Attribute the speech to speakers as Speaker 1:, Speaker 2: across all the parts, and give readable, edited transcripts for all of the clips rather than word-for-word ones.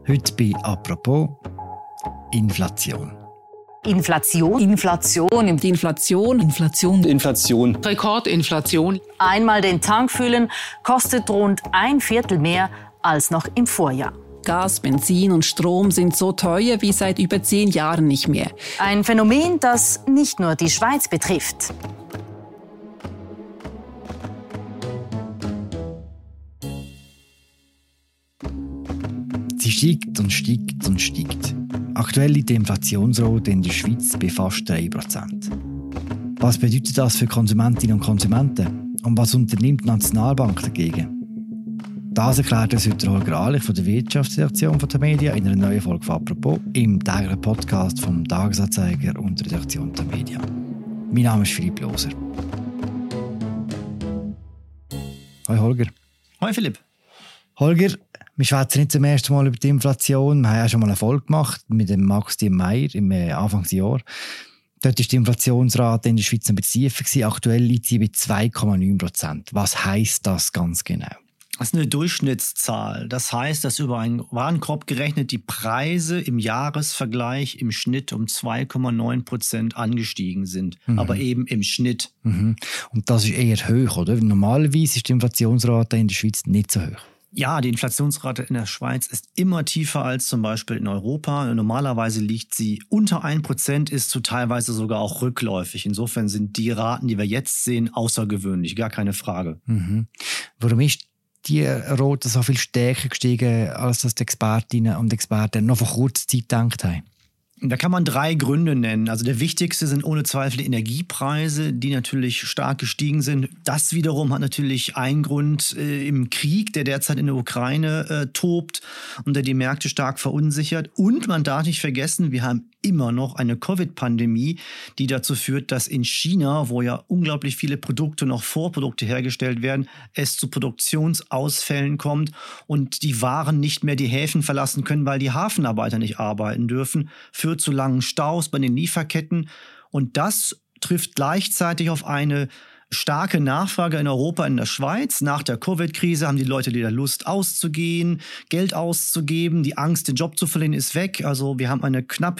Speaker 1: Heute bei «Apropos» Inflation.
Speaker 2: Inflation. Inflation.
Speaker 3: Die Inflation. Inflation.
Speaker 4: Inflation.
Speaker 3: Rekordinflation.
Speaker 2: Einmal den Tank füllen kostet rund 1/4 mehr als noch im Vorjahr.
Speaker 3: Gas, Benzin und Strom sind so teuer wie seit über 10 Jahren nicht mehr.
Speaker 2: Ein Phänomen, das nicht nur die Schweiz betrifft.
Speaker 1: Sie steigt und steigt und steigt. Aktuell liegt die Inflationsrate in der Schweiz bei fast 3%. Was bedeutet das für Konsumentinnen und Konsumenten? Und was unternimmt die Nationalbank dagegen? Das erklärt uns heute Holger Ahlich von der Wirtschaftsredaktion von Tamedia in einer neuen Folge von «Apropos» im täglichen Podcast vom Tagesanzeiger und der Redaktion Tamedia. Mein Name ist Philipp Loser. Hoi Holger.
Speaker 4: Hoi Philipp.
Speaker 1: Holger, wir schwätzen nicht zum ersten Mal über die Inflation. Wir haben ja schon mal eine Folge gemacht mit dem Max Diemeyer im Anfangsjahr. Dort war die Inflationsrate in der Schweiz ein bisschen tiefer. Aktuell liegt sie bei 2,9%. Was heisst das ganz genau?
Speaker 4: Das ist eine Durchschnittszahl. Das heißt, dass über einen Warenkorb gerechnet die Preise im Jahresvergleich im Schnitt um 2,9% angestiegen sind. Aber eben im Schnitt.
Speaker 1: Und das ist eher hoch, oder? Normalerweise ist die Inflationsrate in der Schweiz nicht so hoch.
Speaker 4: Ja, die Inflationsrate in der Schweiz ist immer tiefer als zum Beispiel in Europa. Normalerweise liegt sie unter 1%, ist zu teilweise sogar auch rückläufig. Insofern sind die Raten, die wir jetzt sehen, außergewöhnlich, gar keine Frage.
Speaker 1: Warum ist die Rate so viel stärker gestiegen, als das die Expertinnen und Experten noch vor kurzer Zeit gedacht haben?
Speaker 4: Da kann man 3 Gründe nennen. Also der wichtigste sind ohne Zweifel die Energiepreise, die natürlich stark gestiegen sind. Das wiederum hat natürlich einen Grund im Krieg, der derzeit in der Ukraine tobt und der die Märkte stark verunsichert. Und man darf nicht vergessen, wir haben immer noch eine Covid-Pandemie, die dazu führt, dass in China, wo ja unglaublich viele Produkte, noch Vorprodukte hergestellt werden, es zu Produktionsausfällen kommt und die Waren nicht mehr die Häfen verlassen können, weil die Hafenarbeiter nicht arbeiten dürfen, führt zu langen Staus bei den Lieferketten. Und das trifft gleichzeitig auf eine starke Nachfrage in Europa, in der Schweiz. Nach der Covid-Krise haben die Leute wieder Lust auszugehen, Geld auszugeben. Die Angst, den Job zu verlieren, ist weg. Also wir haben eine knappe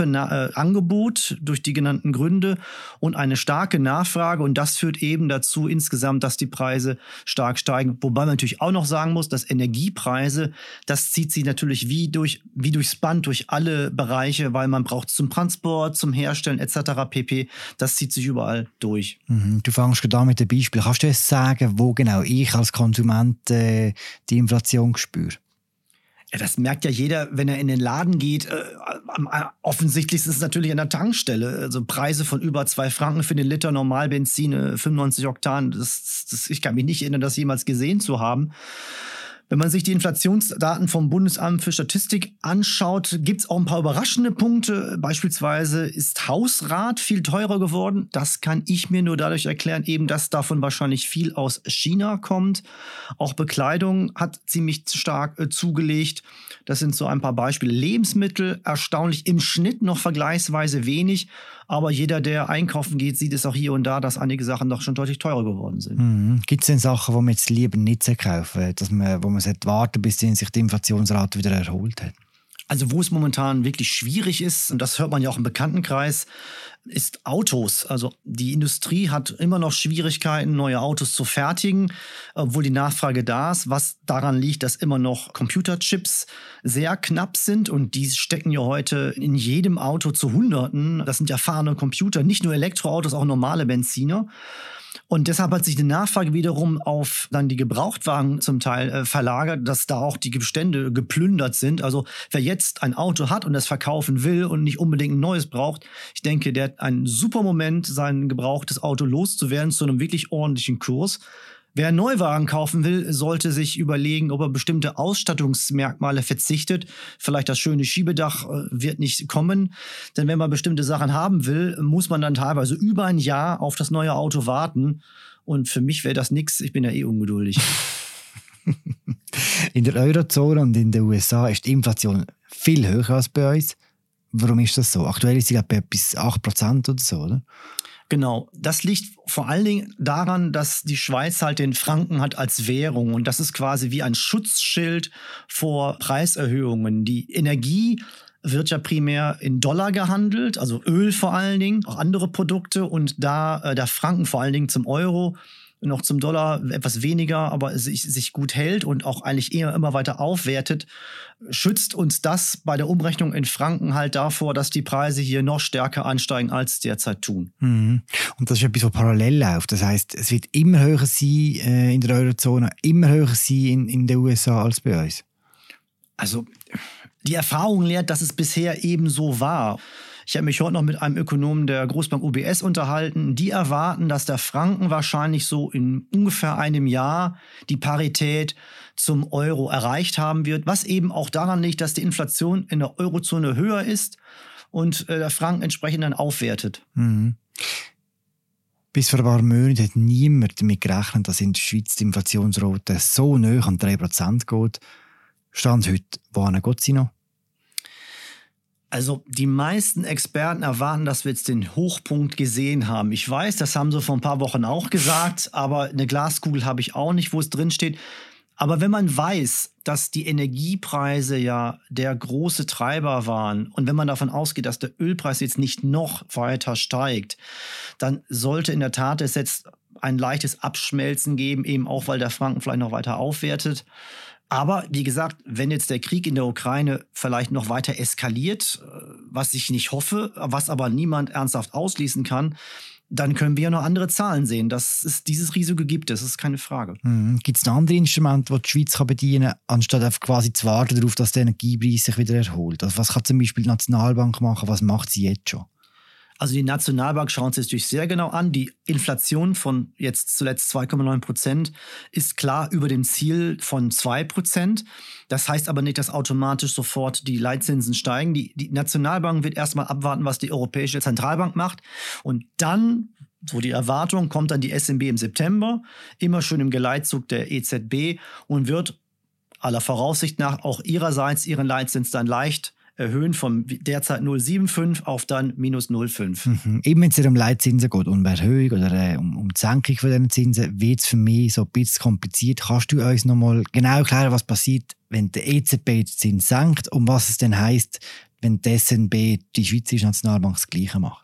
Speaker 4: Angebot durch die genannten Gründe und eine starke Nachfrage. Und das führt eben dazu insgesamt, dass die Preise stark steigen. Wobei man natürlich auch noch sagen muss, dass Energiepreise, das zieht sich natürlich wie durchs Band durch alle Bereiche, weil man braucht es zum Transport, zum Herstellen etc. pp. Das zieht sich überall durch.
Speaker 1: Du fängst gerade an mit dem Beispiel. Kannst du uns sagen, wo genau ich als Konsument die Inflation spüre?
Speaker 4: Ja, das merkt ja jeder, wenn er in den Laden geht. Offensichtlich ist es natürlich an der Tankstelle. Also Preise von über 2 Franken für den Liter Normalbenzin, 95 Oktan. Ich kann mich nicht erinnern, das jemals gesehen zu haben. Wenn man sich die Inflationsdaten vom Bundesamt für Statistik anschaut, gibt es auch ein paar überraschende Punkte. Beispielsweise ist Hausrat viel teurer geworden. Das kann ich mir nur dadurch erklären, eben dass davon wahrscheinlich viel aus China kommt. Auch Bekleidung hat ziemlich stark zugelegt. Das sind so ein paar Beispiele. Lebensmittel, erstaunlich im Schnitt noch vergleichsweise wenig. Aber jeder, der einkaufen geht, sieht es auch hier und da, dass einige Sachen doch schon deutlich teurer geworden sind.
Speaker 1: Gibt es denn Sachen, die man jetzt lieber nicht kaufen sollte, wo man warten, bis sich die Inflationsrate wieder erholt hat?
Speaker 4: Also wo es momentan wirklich schwierig ist, und das hört man ja auch im Bekanntenkreis, ist Autos. Also die Industrie hat immer noch Schwierigkeiten, neue Autos zu fertigen, obwohl die Nachfrage da ist, was daran liegt, dass immer noch Computerchips sehr knapp sind und die stecken ja heute in jedem Auto zu Hunderten. Das sind ja fahrende Computer, nicht nur Elektroautos, auch normale Benziner. Und deshalb hat sich die Nachfrage wiederum auf dann die Gebrauchtwagen zum Teil verlagert, dass da auch die Bestände geplündert sind. Also wer jetzt ein Auto hat und das verkaufen will und nicht unbedingt ein neues braucht, ich denke, der hat einen super Moment, sein gebrauchtes Auto loszuwerden zu einem wirklich ordentlichen Kurs. Wer einen Neuwagen kaufen will, sollte sich überlegen, ob er bestimmte Ausstattungsmerkmale verzichtet. Vielleicht das schöne Schiebedach wird nicht kommen. Denn wenn man bestimmte Sachen haben will, muss man dann teilweise über ein Jahr auf das neue Auto warten. Und für mich wäre das nix. Ich bin ja ungeduldig.
Speaker 1: In der Eurozone und in den USA ist die Inflation viel höher als bei uns. Warum ist das so? Aktuell ist sie bei etwas 8% oder so, oder?
Speaker 4: Genau, das liegt vor allen Dingen daran, dass die Schweiz halt den Franken hat als Währung und das ist quasi wie ein Schutzschild vor Preiserhöhungen. Die Energie wird ja primär in Dollar gehandelt, also Öl vor allen Dingen, auch andere Produkte und da der Franken vor allen Dingen zum Euro, noch zum Dollar etwas weniger, aber sich gut hält und auch eigentlich eher immer weiter aufwertet, schützt uns das bei der Umrechnung in Franken halt davor, dass die Preise hier noch stärker ansteigen, als derzeit tun.
Speaker 1: Mhm. Und das ist etwas, was parallel läuft. Das heisst, es wird immer höher sein in der Eurozone, immer höher sein in den USA als bei uns.
Speaker 4: Also die Erfahrung lehrt, dass es bisher eben so war. Ich habe mich heute noch mit einem Ökonomen der Großbank UBS unterhalten. Die erwarten, dass der Franken wahrscheinlich so in ungefähr einem Jahr die Parität zum Euro erreicht haben wird, was eben auch daran liegt, dass die Inflation in der Eurozone höher ist und der Franken entsprechend dann aufwertet.
Speaker 1: Mhm. Bis vor ein paar Monaten hat niemand damit gerechnet, dass in der Schweiz die Inflationsrate so nahe an 3% geht. Stand heute, wohin geht sie noch?
Speaker 4: Also die meisten Experten erwarten, dass wir jetzt den Hochpunkt gesehen haben. Ich weiß, das haben sie vor ein paar Wochen auch gesagt, aber eine Glaskugel habe ich auch nicht, wo es drin steht. Aber wenn man weiß, dass die Energiepreise ja der große Treiber waren und wenn man davon ausgeht, dass der Ölpreis jetzt nicht noch weiter steigt, dann sollte in der Tat es jetzt ein leichtes Abschmelzen geben, eben auch, weil der Franken vielleicht noch weiter aufwertet. Aber wie gesagt, wenn jetzt der Krieg in der Ukraine vielleicht noch weiter eskaliert, was ich nicht hoffe, was aber niemand ernsthaft ausschließen kann, dann können wir ja noch andere Zahlen sehen. Dieses Risiko gibt es, das ist keine Frage.
Speaker 1: Gibt es noch andere Instrumente, die die Schweiz bedienen kann, anstatt einfach quasi zu warten darauf, dass der Energiepreis sich wieder erholt? Also was kann zum Beispiel die Nationalbank machen, was macht sie jetzt schon?
Speaker 4: Also die Nationalbank schaut sich natürlich sehr genau an. Die Inflation von jetzt zuletzt 2,9% ist klar über dem Ziel von 2%. Das heißt aber nicht, dass automatisch sofort die Leitzinsen steigen. Die Nationalbank wird erstmal abwarten, was die Europäische Zentralbank macht. Und dann, so die Erwartung, kommt dann die SNB im September, immer schön im Geleitzug der EZB und wird aller Voraussicht nach auch ihrerseits ihren Leitzins dann leicht erhöhen von derzeit 0,75 auf dann minus 0,5.
Speaker 1: Eben wenn es um Leitzinsen geht, um Erhöhung oder um die Senkung von diesen Zinsen, wird es für mich so ein bisschen kompliziert. Kannst du uns noch mal genau erklären, was passiert, wenn der EZB den Zins senkt und was es dann heisst, wenn die SNB, die Schweizerische Nationalbank, das Gleiche macht?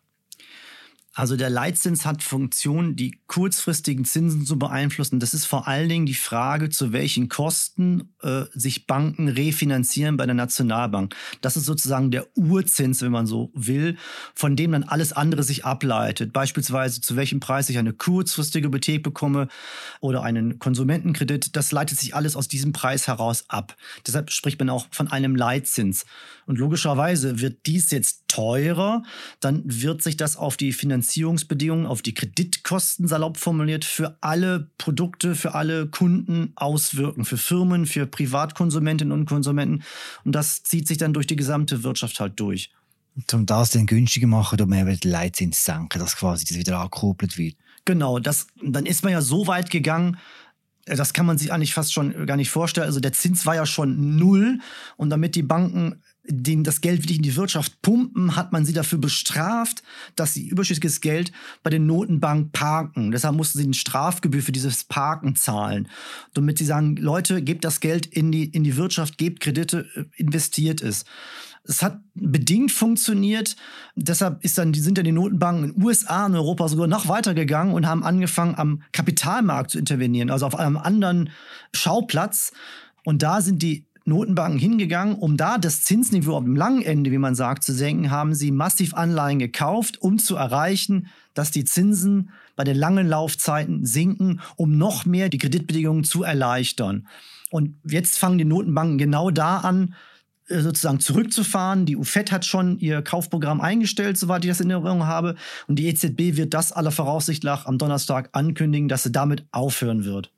Speaker 4: Also der Leitzins hat Funktion, die kurzfristigen Zinsen zu beeinflussen. Das ist vor allen Dingen die Frage, zu welchen Kosten sich Banken refinanzieren bei der Nationalbank. Das ist sozusagen der Urzins, wenn man so will, von dem dann alles andere sich ableitet. Beispielsweise zu welchem Preis ich eine kurzfristige Hypothek bekomme oder einen Konsumentenkredit. Das leitet sich alles aus diesem Preis heraus ab. Deshalb spricht man auch von einem Leitzins. Und logischerweise wird dies jetzt teurer, dann wird sich das auf die Finanzierungsbedingungen, auf die Kreditkosten salopp formuliert, für alle Produkte, für alle Kunden auswirken, für Firmen, für Privatkonsumentinnen und Konsumenten. Und das zieht sich dann durch die gesamte Wirtschaft halt durch.
Speaker 1: Um das dann günstiger machen, um eben den Leitzins zu senken, dass quasi das wieder angekuppelt wird.
Speaker 4: Genau, dann ist man ja so weit gegangen, das kann man sich eigentlich fast schon gar nicht vorstellen. Also der Zins war ja schon 0 und damit die Banken das Geld wirklich in die Wirtschaft pumpen, hat man sie dafür bestraft, dass sie überschüssiges Geld bei den Notenbanken parken. Deshalb mussten sie eine Strafgebühr für dieses Parken zahlen. Damit sie sagen, Leute, gebt das Geld in die Wirtschaft, gebt Kredite, investiert es. Es hat bedingt funktioniert. Deshalb sind dann die Notenbanken in den USA und Europa sogar noch weiter gegangen und haben angefangen, am Kapitalmarkt zu intervenieren, also auf einem anderen Schauplatz. Und da sind die Notenbanken hingegangen, um da das Zinsniveau auf dem langen Ende, wie man sagt, zu senken, haben sie massiv Anleihen gekauft, um zu erreichen, dass die Zinsen bei den langen Laufzeiten sinken, um noch mehr die Kreditbedingungen zu erleichtern. Und jetzt fangen die Notenbanken genau da an, sozusagen zurückzufahren. Die UFED hat schon ihr Kaufprogramm eingestellt, soweit ich das in Erinnerung habe. Und die EZB wird das aller Voraussicht nach am Donnerstag ankündigen, dass sie damit aufhören wird.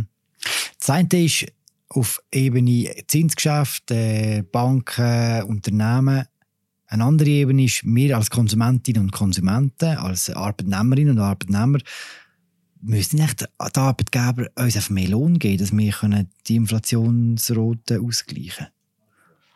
Speaker 1: Das eine ist auf Ebene Zinsgeschäfte, Banken, Unternehmen. Eine andere Ebene ist, wir als Konsumentinnen und Konsumenten, als Arbeitnehmerinnen und Arbeitnehmer, müssen nicht die Arbeitgeber uns einfach mehr Lohn geben, dass wir die Inflationsrate ausgleichen können?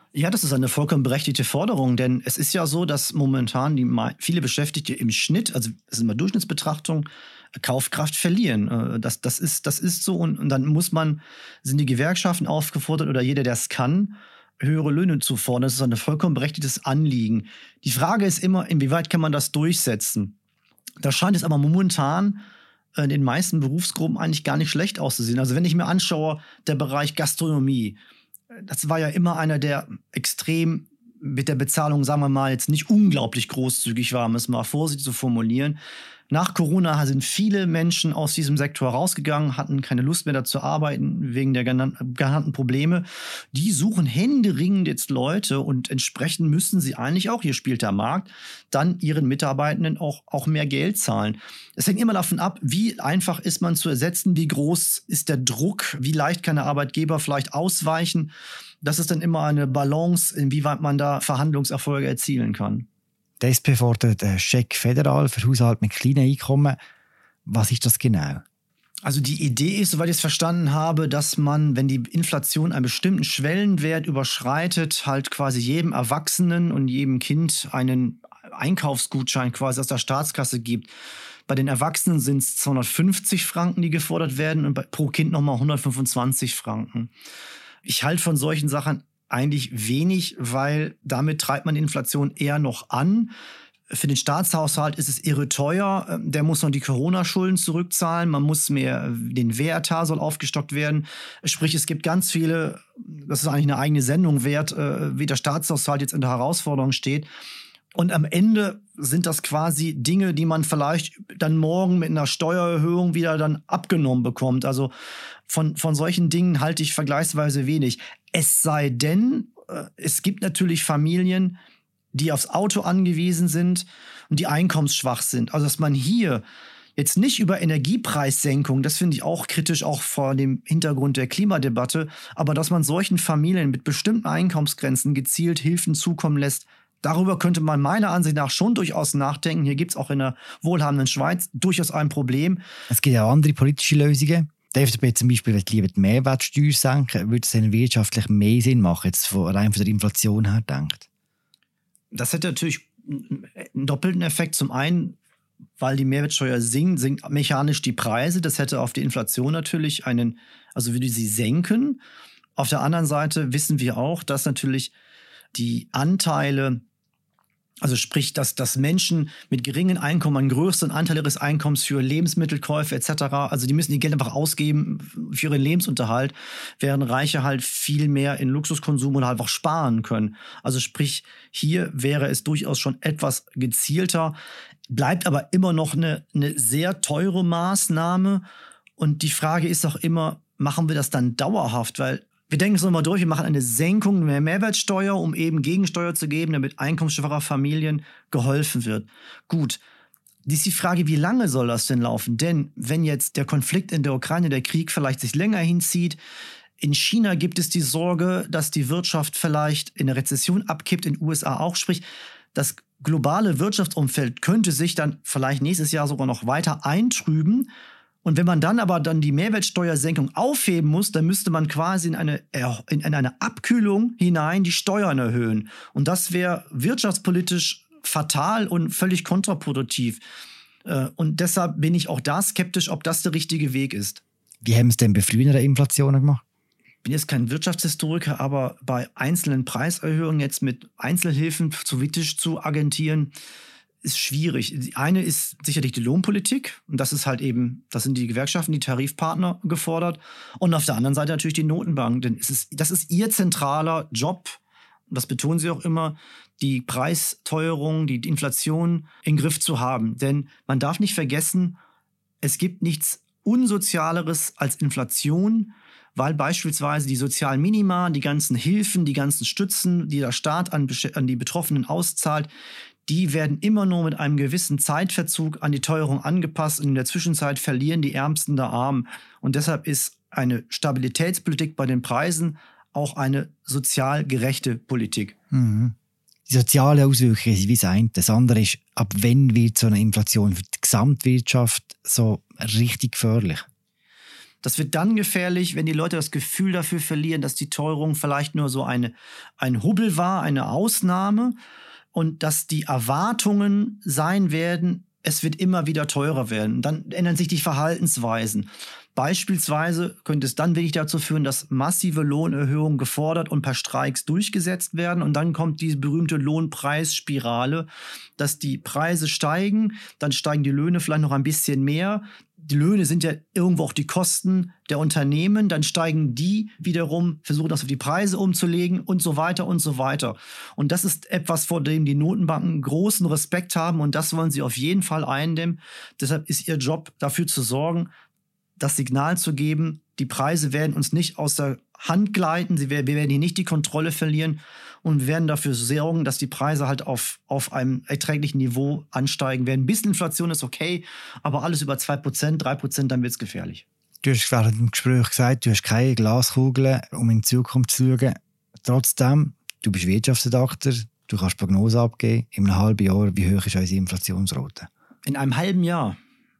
Speaker 4: Ja, das ist eine vollkommen berechtigte Forderung, denn es ist ja so, dass momentan viele Beschäftigte im Schnitt, also das ist immer Durchschnittsbetrachtung, Kaufkraft verlieren. Das ist so und dann sind die Gewerkschaften aufgefordert oder jeder, der es kann, höhere Löhne zu fordern. Das ist ein vollkommen berechtigtes Anliegen. Die Frage ist immer, inwieweit kann man das durchsetzen? Da scheint es aber momentan in den meisten Berufsgruppen eigentlich gar nicht schlecht auszusehen. Also wenn ich mir anschaue, der Bereich Gastronomie, das war ja immer einer, der extrem mit der Bezahlung, sagen wir mal, jetzt nicht unglaublich großzügig war, um es mal vorsichtig zu formulieren. Nach Corona sind viele Menschen aus diesem Sektor rausgegangen, hatten keine Lust mehr dazu arbeiten, wegen der genannten Probleme. Die suchen händeringend jetzt Leute und entsprechend müssen sie eigentlich auch, hier spielt der Markt, dann ihren Mitarbeitenden auch mehr Geld zahlen. Es hängt immer davon ab, wie einfach ist man zu ersetzen, wie groß ist der Druck, wie leicht kann der Arbeitgeber vielleicht ausweichen. Das ist dann immer eine Balance, inwieweit man da Verhandlungserfolge erzielen kann.
Speaker 1: Die SP fordert einen Scheck federal für Haushalte mit kleinen Einkommen. Was ist das genau?
Speaker 4: Also die Idee ist, soweit ich es verstanden habe, dass man, wenn die Inflation einen bestimmten Schwellenwert überschreitet, halt quasi jedem Erwachsenen und jedem Kind einen Einkaufsgutschein quasi aus der Staatskasse gibt. Bei den Erwachsenen sind es 250 Franken, die gefordert werden und pro Kind nochmal 125 Franken. Ich halte von solchen Sachen eigentlich wenig, weil damit treibt man die Inflation eher noch an. Für den Staatshaushalt ist es irre teuer. Der muss noch die Corona-Schulden zurückzahlen. Man muss den Wehretat soll aufgestockt werden. Sprich, es gibt ganz viele, das ist eigentlich eine eigene Sendung wert, wie der Staatshaushalt jetzt in der Herausforderung steht. Und am Ende sind das quasi Dinge, die man vielleicht dann morgen mit einer Steuererhöhung wieder dann abgenommen bekommt. Also von solchen Dingen halte ich vergleichsweise wenig. Es sei denn, es gibt natürlich Familien, die aufs Auto angewiesen sind und die einkommensschwach sind. Also dass man hier jetzt nicht über Energiepreissenkung, das finde ich auch kritisch, auch vor dem Hintergrund der Klimadebatte, aber dass man solchen Familien mit bestimmten Einkommensgrenzen gezielt Hilfen zukommen lässt, darüber könnte man meiner Ansicht nach schon durchaus nachdenken. Hier gibt es auch in der wohlhabenden Schweiz durchaus ein Problem.
Speaker 1: Es gibt auch andere politische Lösungen. Die FDP zum Beispiel will lieber die Mehrwertsteuer senken. Würde es denn wirtschaftlich mehr Sinn machen, jetzt rein von der Inflation her denkt?
Speaker 4: Das hätte natürlich einen doppelten Effekt. Zum einen, weil die Mehrwertsteuer sinkt mechanisch die Preise. Das hätte auf die Inflation natürlich würde sie senken. Auf der anderen Seite wissen wir auch, dass natürlich die Anteile, also sprich, dass Menschen mit geringen Einkommen einen größeren Anteil ihres Einkommens für Lebensmittelkäufe etc., also die müssen ihr Geld einfach ausgeben für ihren Lebensunterhalt, während Reiche halt viel mehr in Luxuskonsum oder halt auch sparen können. Also sprich, hier wäre es durchaus schon etwas gezielter, bleibt aber immer noch eine sehr teure Maßnahme. Und die Frage ist auch immer, machen wir das dann dauerhaft? Weil wir denken es nochmal durch, wir machen eine Senkung der Mehrwertsteuer, um eben Gegensteuer zu geben, damit einkommensschwacher Familien geholfen wird. Gut, die ist die Frage, wie lange soll das denn laufen? Denn wenn jetzt der Konflikt in der Ukraine, der Krieg vielleicht sich länger hinzieht, in China gibt es die Sorge, dass die Wirtschaft vielleicht in eine Rezession abkippt, in den USA auch. Sprich, das globale Wirtschaftsumfeld könnte sich dann vielleicht nächstes Jahr sogar noch weiter eintrüben. Und wenn man dann aber die Mehrwertsteuersenkung aufheben muss, dann müsste man quasi in eine Abkühlung hinein die Steuern erhöhen. Und das wäre wirtschaftspolitisch fatal und völlig kontraproduktiv. Und deshalb bin ich auch da skeptisch, ob das der richtige Weg ist.
Speaker 1: Wie haben es denn bei früheren Inflationen gemacht?
Speaker 4: Ich bin jetzt kein Wirtschaftshistoriker, aber bei einzelnen Preiserhöhungen jetzt mit Einzelhilfen politisch zu agitieren, ist schwierig. Die eine ist sicherlich die Lohnpolitik. Und das ist halt eben, das sind die Gewerkschaften, die Tarifpartner gefordert. Und auf der anderen Seite natürlich die Notenbank. Denn das ist ihr zentraler Job. Und das betonen sie auch immer, die Preisteuerung, die Inflation in den Griff zu haben. Denn man darf nicht vergessen, es gibt nichts Unsozialeres als Inflation, weil beispielsweise die sozialen Minima, die ganzen Hilfen, die ganzen Stützen, die der Staat an die Betroffenen auszahlt, die werden immer nur mit einem gewissen Zeitverzug an die Teuerung angepasst und in der Zwischenzeit verlieren die Ärmsten der Armen. Und deshalb ist eine Stabilitätspolitik bei den Preisen auch eine sozial gerechte Politik.
Speaker 1: Mhm. Die sozialen Auswirkungen sind wie das eine. Das andere ist, ab wann wird so eine Inflation für die Gesamtwirtschaft so richtig gefährlich?
Speaker 4: Das wird dann gefährlich, wenn die Leute das Gefühl dafür verlieren, dass die Teuerung vielleicht nur so ein Hubbel war, eine Ausnahme und dass die Erwartungen sein werden, es wird immer wieder teurer werden. Dann ändern sich die Verhaltensweisen. Beispielsweise könnte es dann wirklich dazu führen, dass massive Lohnerhöhungen gefordert und per Streiks durchgesetzt werden. Und dann kommt diese berühmte Lohnpreisspirale, dass die Preise steigen, dann steigen die Löhne vielleicht noch ein bisschen mehr. Die Löhne sind ja irgendwo auch die Kosten der Unternehmen. Dann steigen die wiederum, versuchen das auf die Preise umzulegen und so weiter und so weiter. Und das ist etwas, vor dem die Notenbanken großen Respekt haben. Und das wollen sie auf jeden Fall eindämmen. Deshalb ist ihr Job, dafür zu sorgen, das Signal zu geben, die Preise werden uns nicht aus der Hand gleiten, wir werden hier nicht die Kontrolle verlieren und wir werden dafür sorgen, dass die Preise halt auf einem erträglichen Niveau ansteigen werden. Ein bisschen Inflation ist okay, aber alles über 2%, 3%, dann wird es gefährlich.
Speaker 1: Du hast während dem Gespräch gesagt, du hast keine Glaskugel, um in die Zukunft zu schauen. Trotzdem, du bist Wirtschaftsredakteur, du kannst Prognosen abgeben. In einem halben Jahr, wie hoch ist unsere Inflationsrate?
Speaker 4: In einem halben Jahr?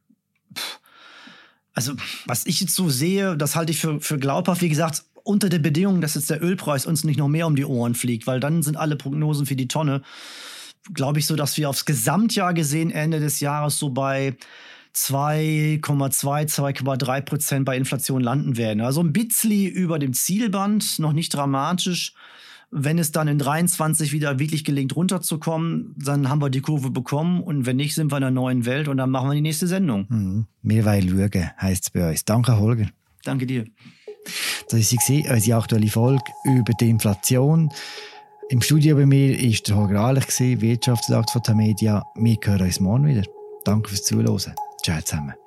Speaker 4: Also, was ich jetzt so sehe, das halte ich für glaubhaft. Wie gesagt, unter der Bedingung, dass jetzt der Ölpreis uns nicht noch mehr um die Ohren fliegt, weil dann sind alle Prognosen für die Tonne. Glaube ich so, dass wir aufs Gesamtjahr gesehen Ende des Jahres so bei 2,2, 2,3% bei Inflation landen werden. Also ein bisschen über dem Zielband, noch nicht dramatisch. Wenn es dann in 23 wieder wirklich gelingt, runterzukommen, dann haben wir die Kurve bekommen. Und wenn nicht, sind wir in einer neuen Welt und dann machen wir die nächste Sendung.
Speaker 1: Wir wollen schauen, heisst es bei uns. Danke, Holger.
Speaker 4: Danke dir.
Speaker 1: Das war unsere aktuelle Folge über die Inflation. Im Studio bei mir war der Holger Ahlich, Wirtschaftsredakteur von Tamedia. Wir hören uns morgen wieder. Danke fürs Zuhören. Ciao zusammen.